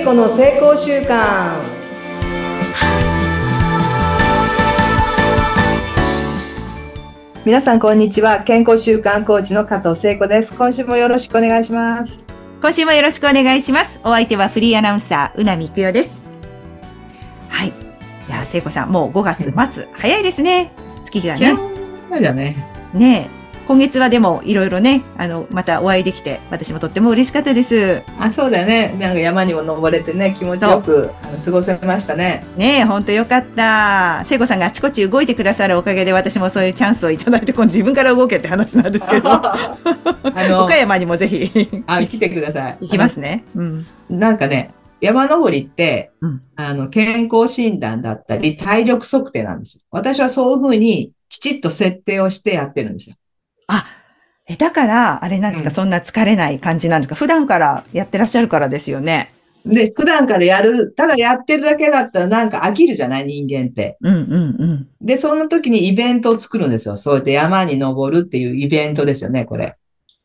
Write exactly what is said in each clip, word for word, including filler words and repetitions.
子の成功習慣。皆さんこんにちは。健康習慣コーチの加藤聖子です。今週もよろしくお願いします。 今週もよろしくお願いします。お相手はフリーアナウンサー、うなみくよです。はい。いや、聖子さん、もうごがつ末、早いですね。月日がね。 そうだね。 ねえ。今月はでもいろいろね、あの、またお会いできて、私もとっても嬉しかったです。 あ、そうだよね。なんか山にも登れてね、気持ちよくあの過ごせましたね。 ねえ、ほんとよかった。聖子さんがあちこち動いてくださるおかげで、私もそういうチャンスをいただいて、この自分から動けって話なんですけど。あの岡山にもぜひ。 あ、来てください。 行きますね。うん。 なんかね、山登りって、うん、あの、健康診断だったり、体力測定なんですよ。私はそういうふうにきちっと設定をしてやってるんですよ。 あ、え、だから、あれなんですか、うん、そんな疲れない感じなんですか？普段からやってらっしゃるからですよね。 で、普段からやる、ただやってるだけだったらなんか飽きるじゃない？人間って。 うんうんうん。 で、その時にイベントを作るんですよ。そうやって山に登るっていうイベントですよね、これ。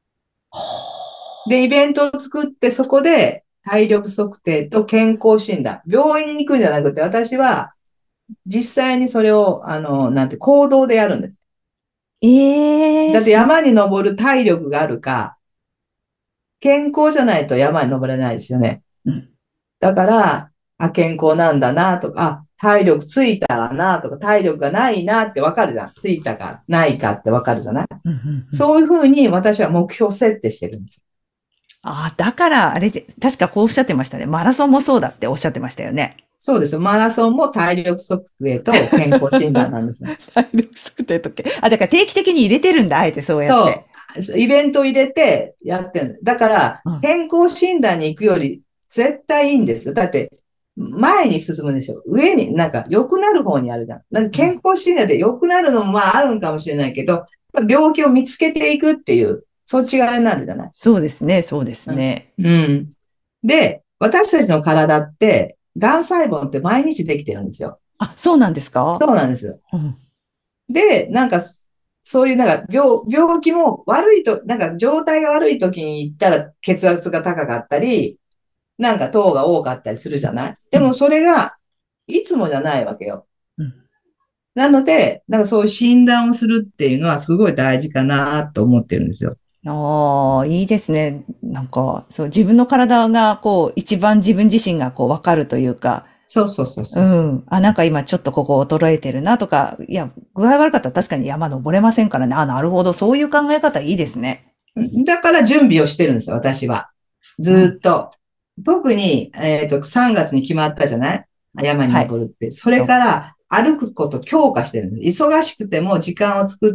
で、イベントを作って、そこで体力測定と健康診断。病院に行くんじゃなくて、私は実際にそれを、あの、なんて、行動でやるんです。 ええー。 だって山に登る体力があるか、健康じゃないと山に登れないですよね。うん、だから、あ、健康なんだなとか、あ、体力ついたなとか、体力がないなってわかるじゃん。ついたかないかってわかるじゃない、うんうんうん、そういうふうに私は目標設定してるんです。 ああ、だから、あれで、確かこうおっしゃってましたね。マラソンもそうだっておっしゃってましたよね。 そうですよ。マラソンも体力測定と健康診断なんですよ。 体力測定とけ。あ、だから定期的に入れてるんだ、あえてそうやって。 そう。イベント入れてやってる。だから、健康診断に行くより絶対いいんですよ。だって、前に進むんですよ。上に、なんか良くなる方にあるじゃん。なんか健康診断で良くなるのもまああるんかもしれないけど、病気を見つけていくっていう、そっち側になるじゃない。 そうですね、そうですね。 うん。うん、で、私たちの体って、癌細胞って毎日できてるんですよ。 あ、そうなんですか？ そうなんです。うん、で、なんか、そういうなんか病、病気も悪いと、なんか状態が悪い時に行ったら血圧が高かったり、なんか糖が多かったりするじゃない？でもそれがいつもじゃないわけよ。うん、なので、なんかそういう診断をするっていうのはすごい大事かなと思ってるんですよ。 ああ、いいですね。なんか、そう、自分の体が、こう、一番自分自身がこう、わかるというか。 そうそうそうそう。 うん。あ、なんか今ちょっとここ衰えてるなとか、いや、具合悪かったら確かに山登れませんからね。あ、なるほど。そういう考え方いいですね。 だから準備をしてるんですよ、私は。ずっと。うん、特に、えっと、さんがつに決まったじゃない？山に登るって。はい、それから歩くこと強化してるんです。忙しくても時間を作って、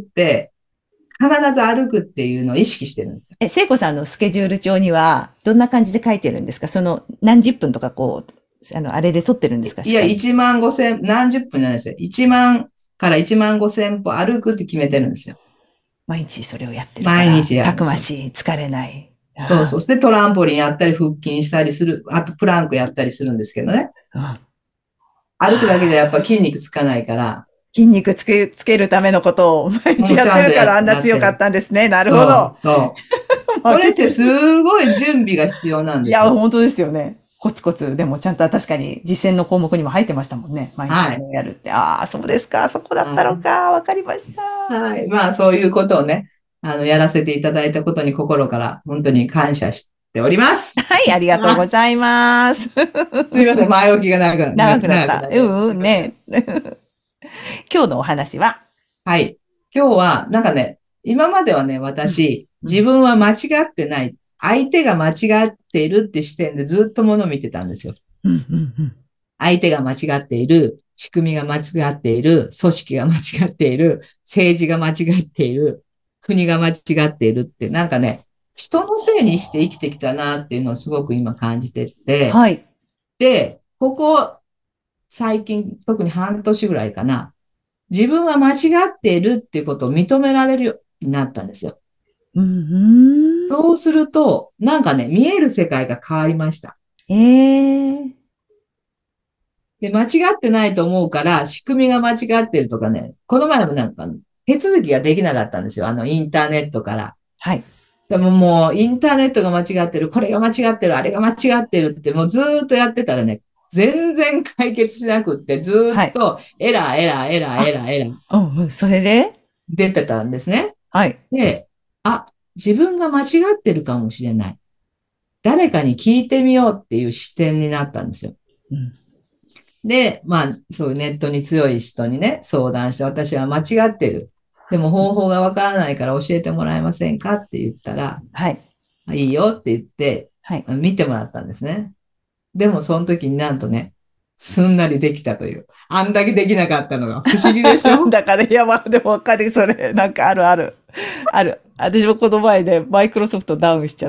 必ず歩くっていうのを意識してるんですよ。 え、聖子さんのスケジュール帳には、どんな感じで書いてるんですか？その、何十分とかこう、あの、あれで撮ってるんですか？ いや、いちまんごせん、何十分じゃないですよ。いちまんからいちまんごせん歩歩くって決めてるんですよ。 毎日それをやってるから。 毎日やる。 たくましい、疲れない。 そうそう。で、トランポリンやったり、腹筋したりする。あと、プランクやったりするんですけどね。うん、歩くだけでやっぱ筋肉つかないから。 筋肉つけ、つけるためのことを毎日やってるからあんな強かったんですね。なるほど。 そう。そうこれってすごい準備が必要なんですよ。 いや、本当ですよね。コツコツ。でもちゃんと確かに実践の項目にも入ってましたもんね。毎日やるって。はい、ああ、そうですか。そこだったのか。わかりました。 はい。まあ、そういうことをね、あの、やらせていただいたことに心から本当に感謝しております。 はい、ありがとうございます。すみません、前置きが長く長くなった。うんうんね。今日のお話は？ はい。今日は、なんかね、今まではね、私、うん、自分は間違ってない。相手が間違っているって視点でずっとものを見てたんですよ。 うんうんうん、 相手が間違っている、仕組みが間違っている、組織が間違っている、政治が間違っている、国が間違っているって、なんかね、人のせいにして生きてきたなっていうのをすごく今感じてて、 はい。 で、ここ最近、特に半年ぐらいかな、自分は間違っているっていうことを認められるようになったんですよ。 うんうん、 そうすると、なんかね、見える世界が変わりました。 えー、 で、間違ってないと思うから、仕組みが間違ってるとかね、この前もなんか、手続きができなかったんですよ。あの、インターネットから。 はい。 でももうインターネットが間違ってる、これが間違ってる、あれが間違ってるってもうずーっとやってたらね、全然解決しなくって、ずーはい。 っとエラーエラーエラーエあ、 ラーエラーうんうん。それで、 出てたんですね。 はい。 で、あ、自分が間違ってるかもしれない。誰かに聞いてみようっていう視点になったんですよ。 うん。 で、まあ、そういうネットに強い人にね、相談して、私は間違ってる。でも方法がわからないから教えてもらえませんかって言ったら、 はい。 いいよって言って、 はい。 見てもらったんですね。でもその時になんとね、すんなりできたという。あんだけできなかったのが不思議でしょ？ だから、いや、まあ、でもわかる、それ。なんかあるある。ある。私もこの前でマイクロソフトダウンしちゃって、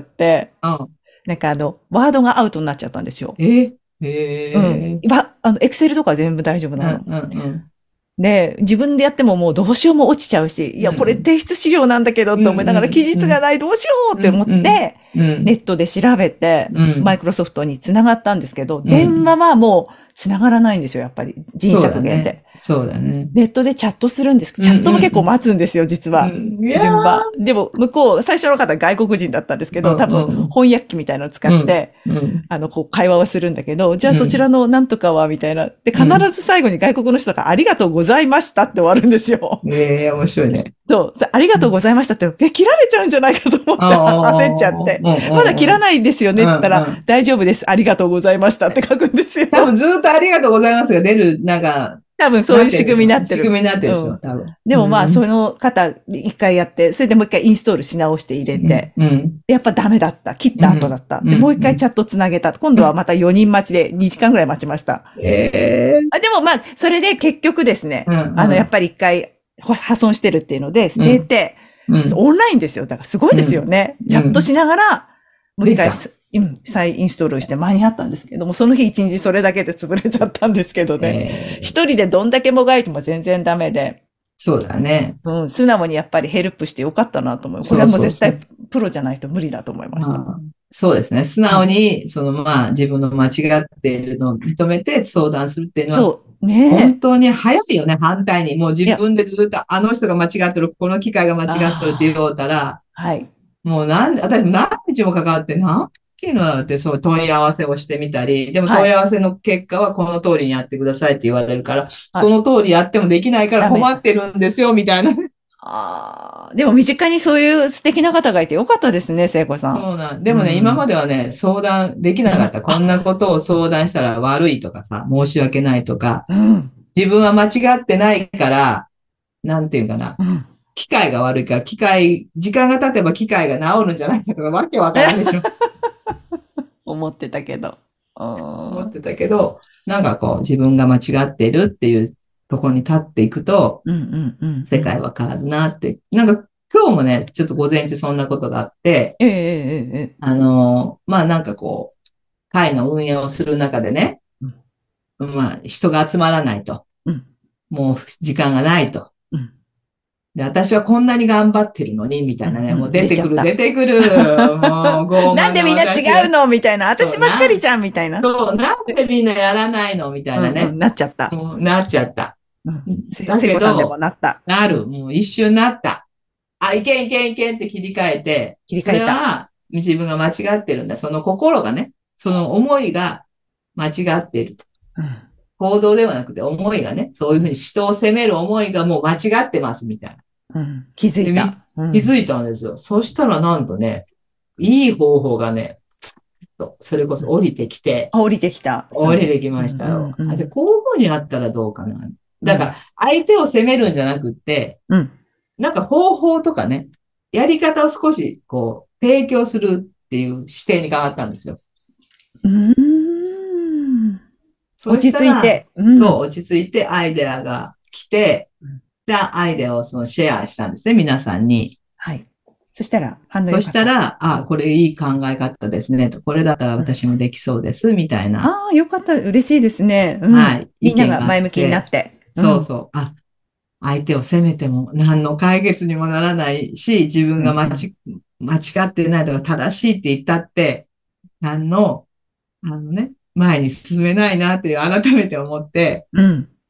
うん。 なんかあの、ワードがアウトになっちゃったんですよ。 えへうん。 え。 今、あの、エクセルとか全部大丈夫なの。 うん、うん、うん。 で、自分でやってももうどうしようも落ちちゃうし、いや、これうん、 提出資料なんだけどうん、 と思いながら、 うん、 期日がない、どうしようって思っうん、うん、 て、 うん、 ネットで調べて、 うん、 マイクロソフトに繋がったんですけど、 うん。 電話はもう繋がらないんですよ、やっぱり。人員そうだね。 削減で。 そうだね。 ネットでチャットするんですけど、 うん、 チャットも結構うん、 待つんですよ、実うは。 ん。うん。いや順番。 ー。 でも、向こう、最初の方外国人だったんですけうど、多分ん、 翻訳機みたいなのを使うん、 って、 うん、 あの、こう、会話をするんだけど、じゃあそちらうん、 のなんとかは、みたいな。で、必うん。 ず最後に外国の人がありがとうございましたって終わるんですよ。 ええ、面白いね。 そう、ありがとうごうん。 ざいましたって、え、切られちゃうんじゃないかと思って焦っちゃっああ、 て、 うん、 まだ切らうん、 ないんですよねうん、 って言ったら、 うん。 大丈夫です。ありがとうございましたって書くんですよ。 多分ずっとありがとうございますが出る、なんか、 多分そういう仕組みになってるんでしょ？ なってる。 仕組みになってるんでしょ？ うん。 多分。 でもまあ、 うん。 その方、一回やって、それでもう一回インストールし直して入れうん、 て、 うん、 やっぱダメだった。切っうん、 た後だった。 うん、 で、もう一うん。 回チャットつなげた。今度はまたよにん待ちでにじかんぐらい待ちました。 ええ、 あ、でもまあ、それで結局ですね、 うん、 あの、 うん、 やっぱり一回破損してるっていうので、捨うん、 てて、 うん、 オンラインですよ。だからすごいですようん、 ね。チうん。 ャットしながら、もう一回できた。 うん、再インストールして間に合ったんですけども、その日一日それだけで潰れちゃったんですけどね。 ええ、 一人でどんだけもがいても全然ダメで、 そうだね。 うん、素直にやっぱりヘルプしてよかったなと思う。これそうはもう絶対そうそう。 プロじゃないと無理だと思いました。 ああ、そうですね。素はい。 直に、そのまあ自分の間違っているのを認めて相談するっていうのは、 そう、ね本当に早いよね、反対に。もう自え。いや、 分でずっとあの人が間違ってる、この機械が間違ってるって言おあうたら、 あ、はい。 もうなんで、私も何日もかかって、何件のなのってそう問い合わせをしてみたり、でもはい。 問い合わせの結果はこの通りにやってくださいって言われるから、そあ、 の通りやってもできないからダメ。 困ってるんですよ、みたいな。 ああ、でも身近にそういう素敵な方がいてよかったですね、聖子さん。 そうなん。でうもね、今まん。 ではね、相談できなかった。こんなあ、 ことを相談したら悪いとかさ、申し訳ないとか、 うん、 自分は間違ってないから、なんていうかな。 うん。 機械が悪いから、機械、時間が経てば機械が治るんじゃないかとか、わけわからんでしょ。 思ってたけど。うん。 思ってたけど、なんかこう、自分が間違ってるっていうところに立っていくと、 うんうんうんうん。 世界は変わるなって。なんか今日もね、ちょっと午前中そんなことがあって、 ええええええ。 あのーまあなんかこう、会の運営をする中でね、 うんまあ人が集まらないと。 うんもう時間がないと。 うんで、私はこんなに頑張ってるのに、みたいなね、もううんうん。 出てくる、 出ちゃった。 出てくる、もう傲慢ななんでみんな違私が、 うのみたいな。私そうばっかりな、 じゃんみたいな。 そう、なんでみんなやらないのみたいなね、 うんうん。なっちゃった。 もうなっちゃった。 うん。せ、 だ聖子さんでもけど、 なった。 なる、もう一瞬なった。あ、いけんいけんいけんって切り替えて、そ切り替えた。 れは自分が間違ってるんだ。その心がね、その思いが間違っている。 うん。 行動ではなくて思いがね、そういうふうに人を責める思いがもう間違ってますみたいな。 うん。気づで、み、 いた。うん。 気づいたんですよ。そしたらなんとね、いい方法がね、それこそ降りてきて、 あ、降りてきた。その、 降りてきうんましたよ。あ、じゃあうんうん。 こういうふうにやったらどうかな。 うん。 だから、相手を責めるんじゃなくって、 うん。 なんか方法とかね、やり方を少し、こう、提供するっていう視点に変わったんですよ。 うーん。 そうし落ちたら、 着いて。うん。 そう、落ち着いてアイデアが来て、で、アイデアをそのシェアしたんですね、皆さんに。 はい。そしたら、反応そ良かった。 したら、あ、これいい考え方ですね、と。これだったらうん。 私もできそうです、みたいな。 ああ、良かった。嬉しいですね。うん。 はい、意みんなが見があっ前向きになて、 って。うん。 そうそう、あ、相手を責めても何の解決にもならないし、自分うんうん。 が間ち間違ってないとか正しいって言ったって、何の、あのね、前に進めないなって改めて思って、 うん。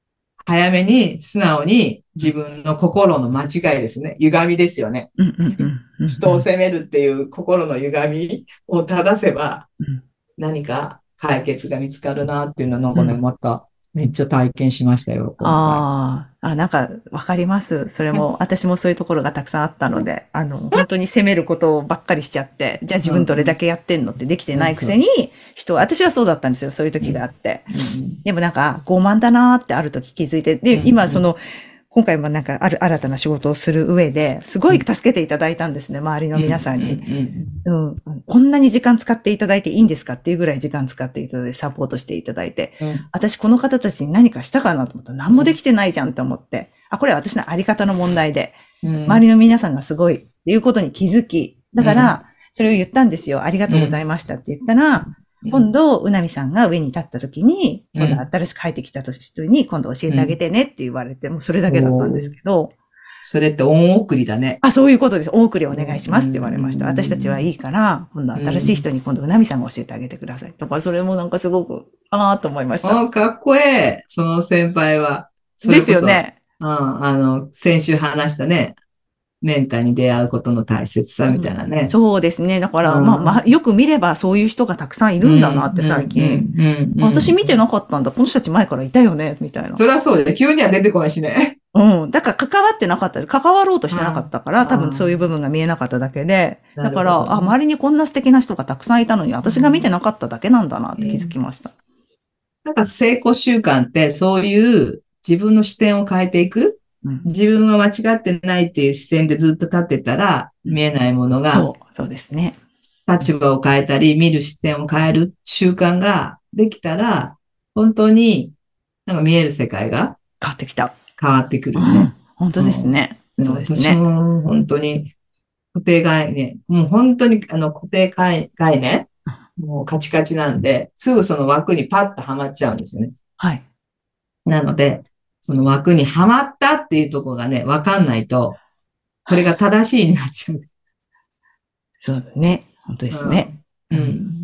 早めに素直に自分の心の間違いですね。歪みですよね。 うんうんうんうん。 人を責めるっていう心の歪みを正せばうん何か解決が見つかるなっていうのをなんかね、 うん。 まためっちゃ体験しましたよ、今回。 ああ、あ、なんかわかります。それも、私もそういうところがたくさんあったので、あの、本当に責めることばっかりしちゃって、じゃあ自分どれだけやってんのってできてないくせに、人は、私はそうだったんですよ。そういう時があって。でもなんか、傲慢だなーってある時気づいて、で、今その、今回もなんかある新たな仕事をする上で、すごい助けていただいたんですね、周りの皆さんに。うん、こんなに時間使っていただいていいんですかっていうぐらい時間使っていただいて、サポートしていただいて、 うん、 私この方たちに何かしたかなと思ったら何もできてないじゃんって思って、あ、これは私のあり方の問題で、 うん、 周りの皆さんがすごいっていうことに気づき、だから、それを言ったんですよ。ありがとうございましたって言ったら、今度、うなみさんが上に立った時に、今度新しく入ってきた人に、今度教えてあげてねって言われて、もうそれだけだったんですけど。 それって恩送りだね。 あ、そういうことです。恩送りお願いしますって言われました。私たちはいいから、今度新しい人に今度うなみさんが教えてあげてください。だからそれもなんかすごく、ああと思いました。 あ、かっこええ。その先輩は。 ですよね。 うん、あの、先週話したね。メンターに出会うことの大切さみたいなね。 うん、そうですね。だから、うん、まあ、まあ、よく見ればそういう人がたくさんいるんだなって最近。私見てなかったんだ。この人たち前からいたよねみたいな。 それはそうで、急には出てこないしね。 うん。だから関わってなかった。関わろうとしてなかったから、多分そういう部分が見えなかっただけで。だから、あ、周りにこんな素敵な人がたくさんいたのに、私が見てなかっただけなんだなって気づきました。 なんか成功習慣ってそういう自分の視点を変えていく。自分は間違ってないっていう視点でずっと立ってたら、見えないものが、 そう、そうですね。 立場を変えたり、見る視点を変える習慣ができたら、本当になんか見える世界が変わってきた。 変わってくるよね。うん、 本当ですね。うん、そうですね。 私も本当に固定概念、もう本当にあの固定概念、もうカチカチなんで、すぐその枠にパッとはまっちゃうんですよね。 はい。 なので、その枠にはまったっていうところがね、わかんないと、これが正しいになっちゃう。 そうだね。本当ですね。 うん。うん、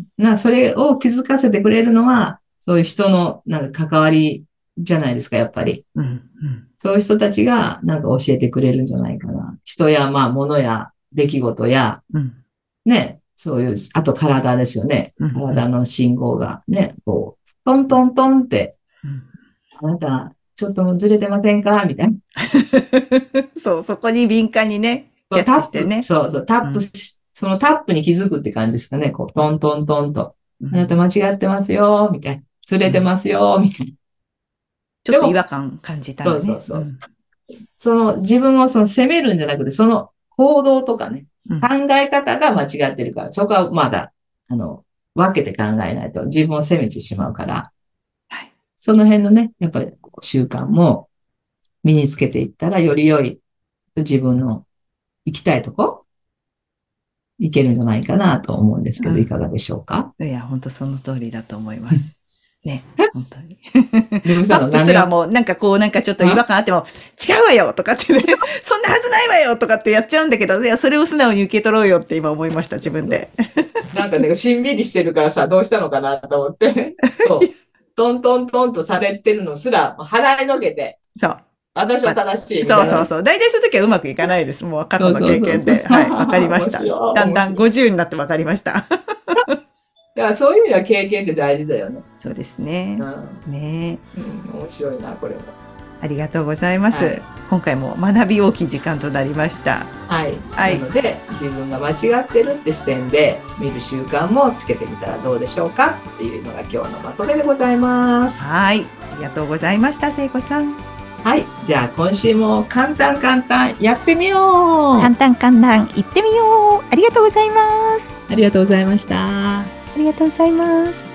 な、それを気づかせてくれるのは、そういう人のなんか関わりじゃないですか、やっぱり。 うんうん、 そういう人たちがなんか教えてくれるんじゃないかな。人や、まあ、物や出来事や、うん、ね、そういう、あと体ですよね。体の信号がね、こう、トントントンって、うん、あなた、ちょっともずれてませんかみたいな。 そう、そこに敏感にね、キャッチしてね。 そうそう、タップし、うん、そのタップに気づくって感じですかね。こう、トントントンと。うん、あなた間違ってますよ、みたいな。ずれてますよ、みたいな。 ちょっと違和感感じたらね。 そうそうそう。うん、その自分をその責めるんじゃなくて、その行動とかね、うん、考え方が間違ってるから、そこはまだ、あの、分けて考えないと自分を責めてしまうから、はい、その辺のね、やっぱり習慣も身につけていったら、より良い自分の行きたいとこいけるんじゃないかなと思うんですけど、うん、いかがでしょうか？ いや、本当その通りだと思います。ね、本当に。タップすらも、なんかこう、なんかちょっと違和感あっても、違うわよとかってね、そんなはずないわよとかってやっちゃうんだけど、いや、それを素直に受け取ろうよって今思いました、自分で。 なんかね、しんびりしてるからさ、どうしたのかなと思って。そう。トントントンとされてるのすら、払いのけて。 そう。 私は正しいみたいな。 そうそうそう。大体そういう時はうまくいかないです。もう過去の経験で。はい。わかりました。だんだんごじゅうになってわかりました。 だからそういう意味では経験って大事だよね。 そうですね。うん、ねえ、うん。面白いな、これも。 ありがとうございます。はい、今回も学び大きい時間となりました。 はい。はい、なので、自分が間違ってるって視点で見る習慣もつけてみたらどうでしょうかっていうのが今日のまとめでございます。 はい。ありがとうございました、聖子さん。 はい。じゃあ今週も簡単簡単やってみよう。 簡単簡単行ってみよう。ありがとうございます。 ありがとうございました。 ありがとうございます。